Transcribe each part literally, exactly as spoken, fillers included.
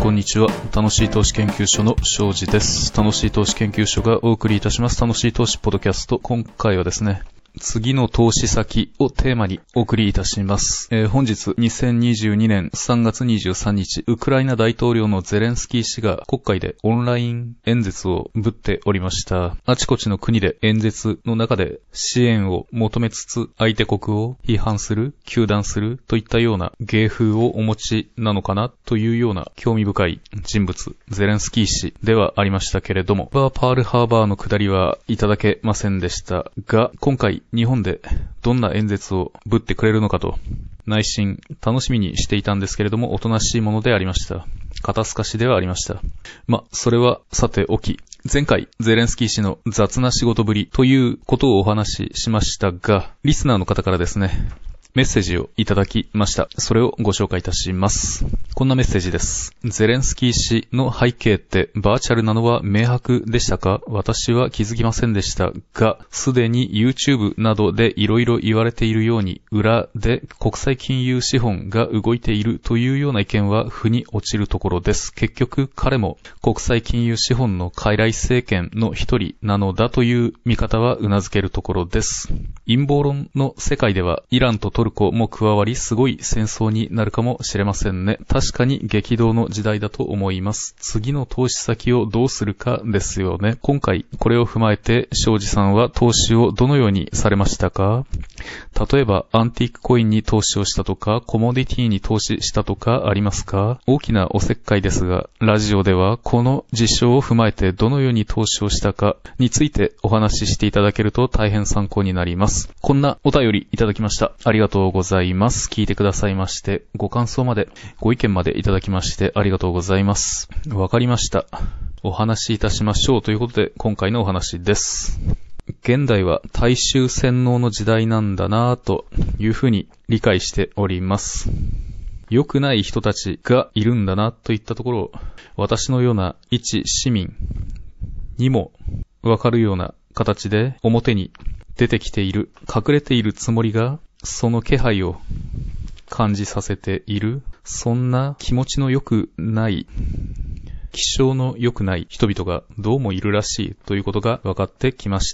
こんにちは。楽しい投資研究所の庄司です。楽しい投資研究所がお送りいたします楽しい投資ポッドキャスト。今回はですね、次の投資先をテーマにお送りいたします。えー、本日にせんにじゅうにねんさんがつにじゅうさんにち、ウクライナ大統領のゼレンスキー氏が国会でオンライン演説をぶっておりました。あちこちの国で演説の中で支援を求めつつ相手国を批判する、糾弾するといったような芸風をお持ちなのかなというような興味深い人物、ゼレンスキー氏ではありましたけれども、パールハーバーの下りはいただけませんでしたが、今回日本でどんな演説をぶってくれるのかと内心楽しみにしていたんですけれども、おとなしいものでありました。肩透かしではありました。ま、それはさておき、前回ゼレンスキー氏の雑な仕事ぶりということをお話ししましたが、リスナーの方からですね、メッセージをいただきました。それをご紹介いたします。こんなメッセージです。ゼレンスキー氏の背景ってバーチャルなのは明白でしたか？私は気づきませんでしたが、すでに YouTube などでいろいろ言われているように、裏で国際金融資本が動いているというような意見は腑に落ちるところです。結局彼も国際金融資本の傀儡政権の一人なのだという見方は頷けるところです。陰謀論の世界ではイランとトルコも加わりすごい戦争になるかもしれませんね。確かに激動の時代だと思います。次の投資先をどうするかですよね。今回これを踏まえて庄司さんは投資をどのようにされましたか？例えばアンティークコインに投資をしたとかコモディティに投資したとかありますか？大きなおせっかいですが、ラジオではこの事象を踏まえてどのように投資をしたかについてお話ししていただけると大変参考になります。こんなお便りいただきました。ありがとうありがとうございます。聞いてくださいまして、ご感想まで、ご意見までいただきましてありがとうございます。わかりました。お話しいたしましょうということで、今回のお話です。現代は大衆洗脳の時代なんだなぁというふうに理解しております。良くない人たちがいるんだなといったところを、私のような一市民にもわかるような形で表に出てきている、隠れているつもりが、その気配を感じさせている、そんな気持ちの良くない、気性の良くない人々がどうもいるらしいということが分かってきました。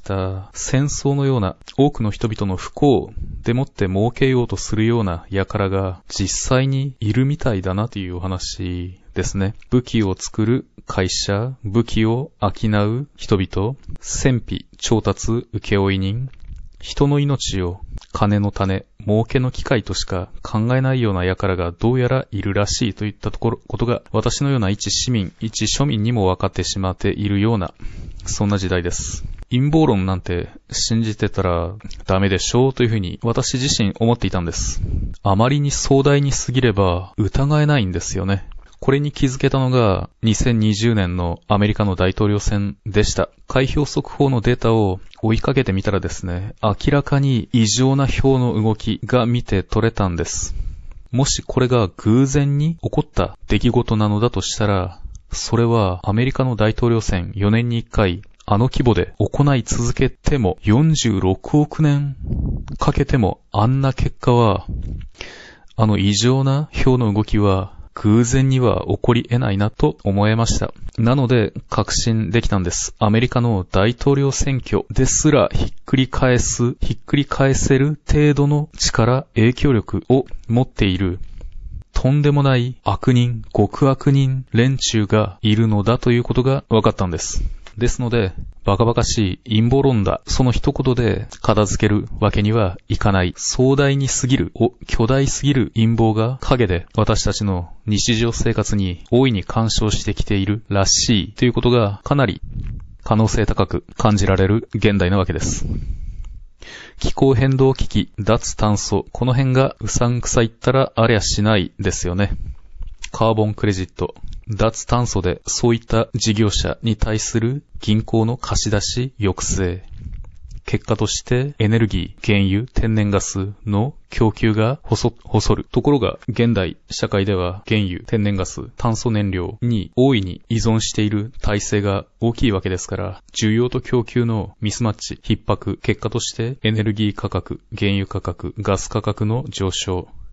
戦争のような多くの人々の不幸でもって儲けようとするような輩が実際にいるみたいだなというお話ですね。武器を作る会社、武器を商う人々、戦費、調達、請負人、人の命を金の種、儲けの機会としか考えないような輩がどうやらいるらしいといったところ、ことが私のような一市民、一庶民にも分かってしまっているような、そんな時代です。陰謀論なんて信じてたらダメでしょうというふうに私自身思っていたんです。あまりに壮大に過ぎれば疑えないんですよね。これに気づけたのがにせんにじゅうねんのアメリカの大統領選でした。開票速報のデータを追いかけてみたらですね、明らかに異常な票の動きが見て取れたんです。もしこれが偶然に起こった出来事なのだとしたら、それはアメリカの大統領選よねんにいっかいあの規模で行い続けてもよんじゅうろくおくねんかけてもあんな結果は、あの異常な票の動きは偶然には起こり得ないなと思えました。なので確信できたんです。アメリカの大統領選挙ですらひっくり返す、ひっくり返せる程度の力、影響力を持っているとんでもない悪人、極悪人連中がいるのだということが分かったんです。ですので、バカバカしい陰謀論だ、その一言で片付けるわけにはいかない。壮大に過ぎる、お、巨大すぎる陰謀が陰で私たちの日常生活に大いに干渉してきているらしいということがかなり可能性高く感じられる現代なわけです。気候変動危機、脱炭素、この辺がうさんくさ言ったらありゃしないですよね。カーボンクレジット、脱炭素でそういった事業者に対する銀行の貸し出し抑制。結果としてエネルギー、原油、天然ガスの供給が細、細る。ところが現代社会では原油、天然ガス、炭素燃料に大いに依存している体制が大きいわけですから、需要と供給のミスマッチ、逼迫、結果としてエネルギー価格、原油価格、ガス価格の上昇。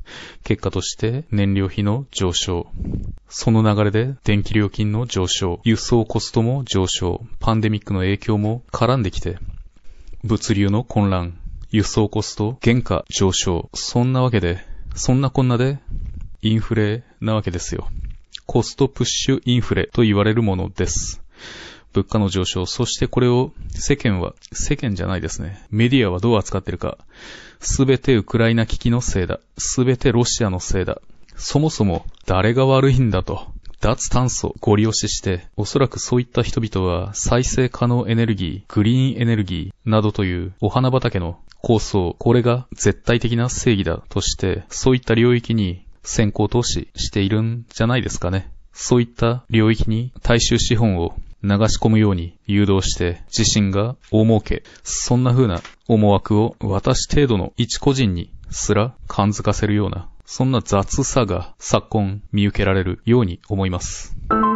結果として燃料費の上昇。その流れで電気料金の上昇、輸送コストも上昇、パンデミックの影響も絡んできて、物流の混乱、輸送コスト、原価上昇。そんなわけで、そんなこんなで、インフレなわけですよ。コストプッシュインフレと言われるものです。物価の上昇、そしてこれを世間は、世間じゃないですね。メディアはどう扱ってるか。すべてウクライナ危機のせいだ。すべてロシアのせいだ。そもそも誰が悪いんだと。脱炭素、ご利用しして、おそらくそういった人々は再生可能エネルギー、グリーンエネルギーなどというお花畑の構想、これが絶対的な正義だとして、そういった領域に先行投資しているんじゃないですかね。そういった領域に大衆資本を流し込むように誘導して自身が大儲け、そんな風な思惑を私程度の一個人にすら感づかせるような、そんな雑さが昨今見受けられるように思います。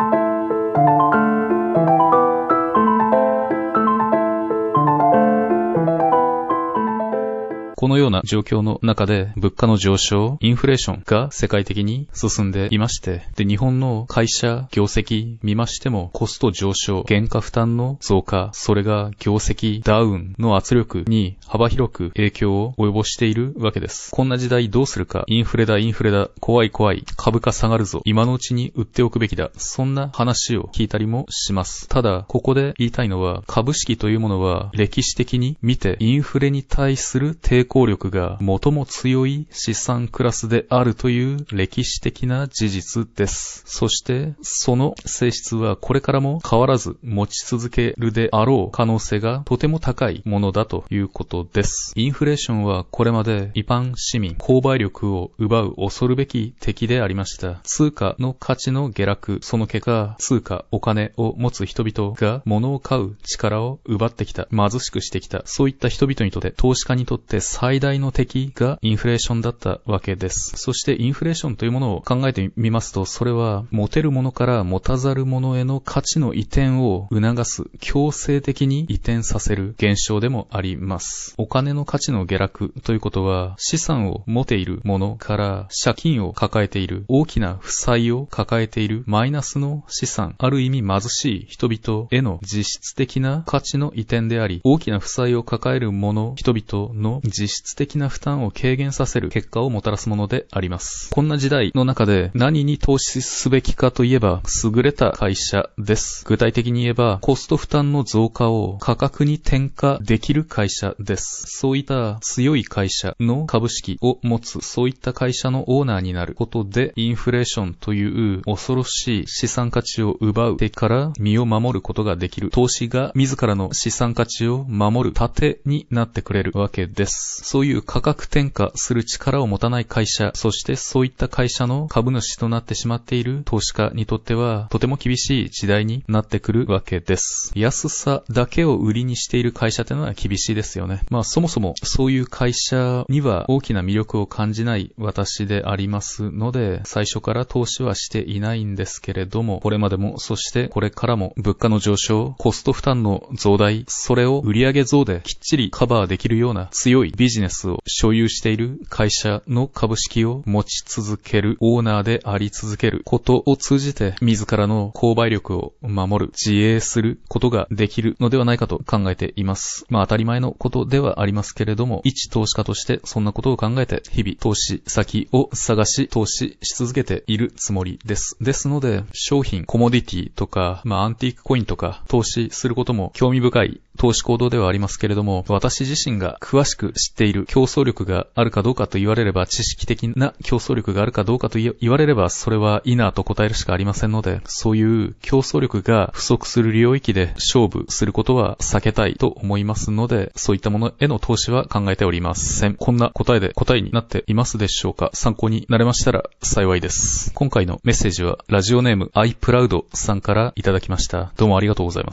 このような状況の中で物価の上昇、インフレーションが世界的に進んでいまして、で、日本の会社業績見ましてもコスト上昇、原価負担の増加、それが業績ダウンの圧力に幅広く影響を及ぼしているわけです。こんな時代どうするか、インフレだインフレだ、怖い怖い、株価下がるぞ、今のうちに売っておくべきだ、そんな話を聞いたりもします。ただ、ここで言いたいのは、株式というものは歴史的に見てインフレに対する抵抗効力が最も強い資産クラスであるという歴史的な事実です。そしてその性質はこれからも変わらず持ち続けるであろう可能性がとても高いものだということです。インフレーションはこれまで一般市民、購買力を奪う恐るべき敵でありました。通貨の価値の下落、その結果、通貨、お金を持つ人々が物を買う力を奪ってきた、貧しくしてきた、そういった人々にとって、投資家にとって最大の敵がインフレーションだったわけです。そしてインフレーションというものを考えてみますと、それは持てるものから持たざるものへの価値の移転を促す、強制的に移転させる現象でもあります。お金の価値の下落ということは、資産を持ているものから借金を抱えている、大きな負債を抱えているマイナスの資産、ある意味貧しい人々への実質的な価値の移転であり、大きな負債を抱えるもの、人々の実質的な負担を軽減させる結果をもたらすものであります。こんな時代の中で何に投資すべきかといえば、優れた会社です。具体的に言えば、コスト負担の増加を価格に転嫁できる会社です。そういった強い会社の株式を持つ、そういった会社のオーナーになることで、インフレーションという恐ろしい資産価値を奪う敵から身を守ることができる。投資が自らの資産価値を守る盾になってくれるわけです。そういう価格転嫁する力を持たない会社、そしてそういった会社の株主となってしまっている投資家にとっては、とても厳しい時代になってくるわけです。安さだけを売りにしている会社というのは厳しいですよね。まあそもそもそういう会社には大きな魅力を感じない私でありますので、最初から投資はしていないんですけれども、これまでもそしてこれからも物価の上昇、コスト負担の増大、それを売上増できっちりカバーできるような強いビジネスを所有している会社の株式を持ち続けるオーナーであり続けることを通じて、自らの購買力を守る、自衛することができるのではないかと考えています。まあ当たり前のことではありますけれども、一投資家としてそんなことを考えて日々投資先を探し投資し続けているつもりです。ですので、商品、コモディティとか、まあアンティークコインとか投資することも興味深い投資行動ではありますけれども、私自身が詳しく知っている競争力があるかどうかと言われれば、知識的な競争力があるかどうかと言われれば、それは否と答えるしかありませんので、そういう競争力が不足する領域で勝負することは避けたいと思いますので、そういったものへの投資は考えておりません。こんな答えで答えになっていますでしょうか？参考になれましたら幸いです。今回のメッセージはラジオネーム iProud さんからいただきました。どうもありがとうございます。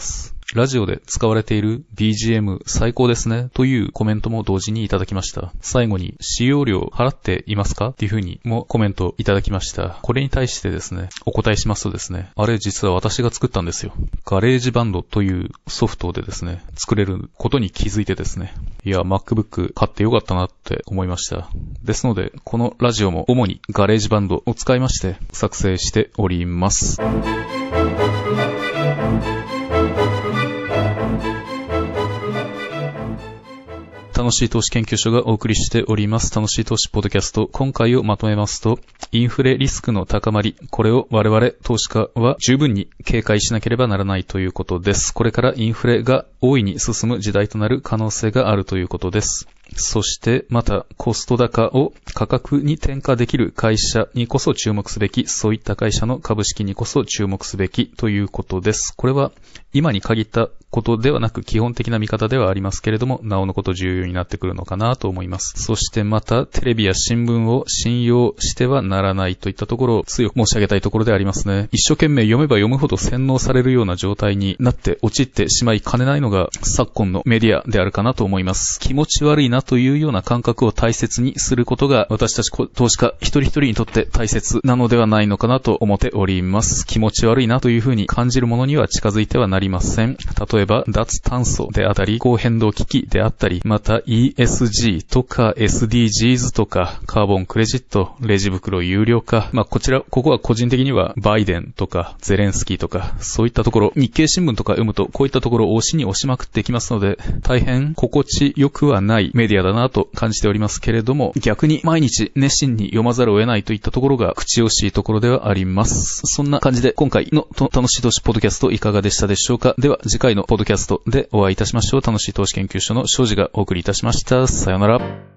ラジオで使われている ビージーエム 最高ですねというコメントも同時にいただきました。最後に使用料払っていますかっていう風にもコメントいただきました。これに対してですね、お答えしますとですね、あれ実は私が作ったんですよ。ガレージバンドというソフトでですね、作れることに気づいてですね、いや MacBook 買ってよかったなって思いました。ですので、このラジオも主にガレージバンドを使いまして作成しております。楽しい投資研究所がお送りしております。楽しい投資ポッドキャスト。今回をまとめますと、インフレリスクの高まり、これを我々投資家は十分に警戒しなければならないということです。これからインフレが大いに進む時代となる可能性があるということです。そしてまたコスト高を価格に転嫁できる会社にこそ注目すべき、そういった会社の株式にこそ注目すべきということです。これは今に限ったことではなく基本的な見方ではありますけれども、なおのこと重要になってくるのかなと思います。そしてまたテレビや新聞を信用してはならないといったところを強く申し上げたいところでありますね。一生懸命読めば読むほど洗脳されるような状態になって陥ってしまいかねないのが昨今のメディアであるかなと思います。気持ち悪いなというような感覚を大切にすることが私たち投資家一人一人にとって大切なのではないのかなと思っております。気持ち悪いなというふうに感じるものには近づいてはなりません。例えば脱炭素であったり気候変動危機であったり、また イーエスジー とか エスディージーズ とかカーボンクレジット、レジ袋有料化、まあこちらここは個人的にはバイデンとかゼレンスキーとかそういったところ、日経新聞とか読むとこういったところを押しに押しまくってきますので、大変心地よくはないメディアだなと感じておりますけれども、逆に毎日熱心に読まざるを得ないといったところが口惜しいところではあります。そんな感じで今回の楽しい投資ポッドキャストいかがでしたでしょうか。では次回のポッドキャストでお会いいたしましょう。楽しい投資研究所の庄司がお送りいたしました。さよなら。